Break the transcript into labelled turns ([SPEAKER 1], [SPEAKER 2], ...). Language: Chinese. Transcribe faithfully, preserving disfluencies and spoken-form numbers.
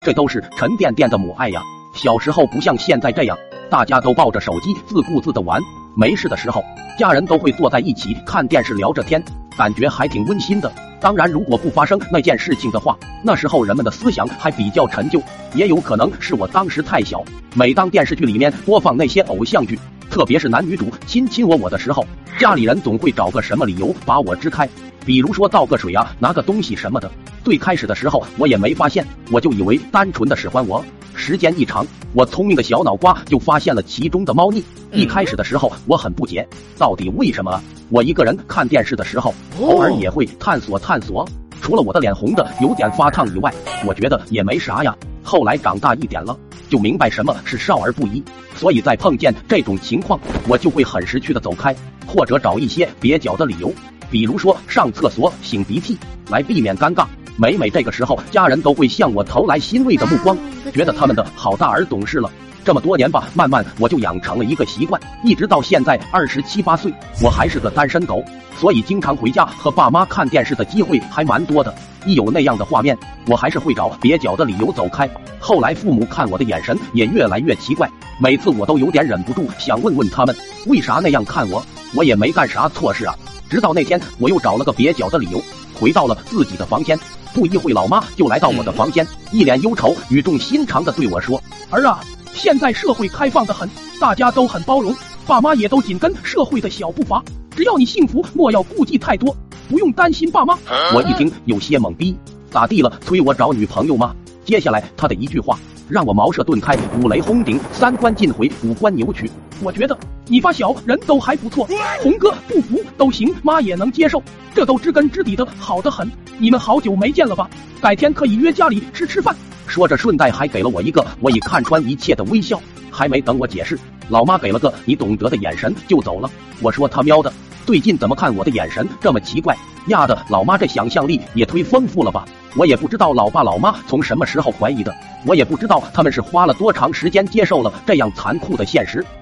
[SPEAKER 1] 这都是沉甸甸的母爱呀。小时候不像现在这样，大家都抱着手机自顾自的玩，没事的时候家人都会坐在一起看电视聊着天，感觉还挺温馨的。当然如果不发生那件事情的话，那时候人们的思想还比较陈旧，也有可能是我当时太小。每当电视剧里面播放那些偶像剧，特别是男女主亲亲我我的时候，家里人总会找个什么理由把我支开，比如说倒个水啊，拿个东西什么的。最开始的时候我也没发现，我就以为单纯的使唤我。时间一长，我聪明的小脑瓜就发现了其中的猫腻。一开始的时候我很不解，到底为什么我一个人看电视的时候偶尔也会探索探索，除了我的脸红的有点发烫以外，我觉得也没啥呀。后来长大一点了，就明白什么是少儿不宜，所以在碰见这种情况，我就会很识趣的走开，或者找一些蹩脚的理由，比如说上厕所擤鼻涕，来避免尴尬。每每这个时候，家人都会向我投来欣慰的目光，觉得他们的好大儿懂事了。这么多年吧，慢慢我就养成了一个习惯，一直到现在二十七八岁，我还是个单身狗，所以经常回家和爸妈看电视的机会还蛮多的。一有那样的画面，我还是会找蹩脚的理由走开。后来父母看我的眼神也越来越奇怪，每次我都有点忍不住想问问他们为啥那样看我，我也没干啥错事啊。直到那天我又找了个蹩脚的理由，回到了自己的房间。不一会，老妈就来到我的房间，一脸忧愁语重心长地对我说：儿啊，现在社会开放得很，大家都很包容，爸妈也都紧跟社会的小步伐，只要你幸福，莫要顾忌太多，不用担心爸妈。我一听有些懵逼，咋地了？催我找女朋友吗？接下来他的一句话让我茅塞顿开，五雷轰顶，三观尽毁，五官扭曲。我觉得你发小人都还不错，红哥不服都行，妈也能接受，这都知根知底的好得很。你们好久没见了吧？改天可以约家里吃吃饭。说着顺带还给了我一个我已看穿一切的微笑。还没等我解释，老妈给了个你懂得的眼神就走了。我说他喵的，最近怎么看我的眼神这么奇怪呀的，老妈这想象力也忒丰富了吧。我也不知道老爸老妈从什么时候怀疑的，我也不知道他们是花了多长时间接受了这样残酷的现实。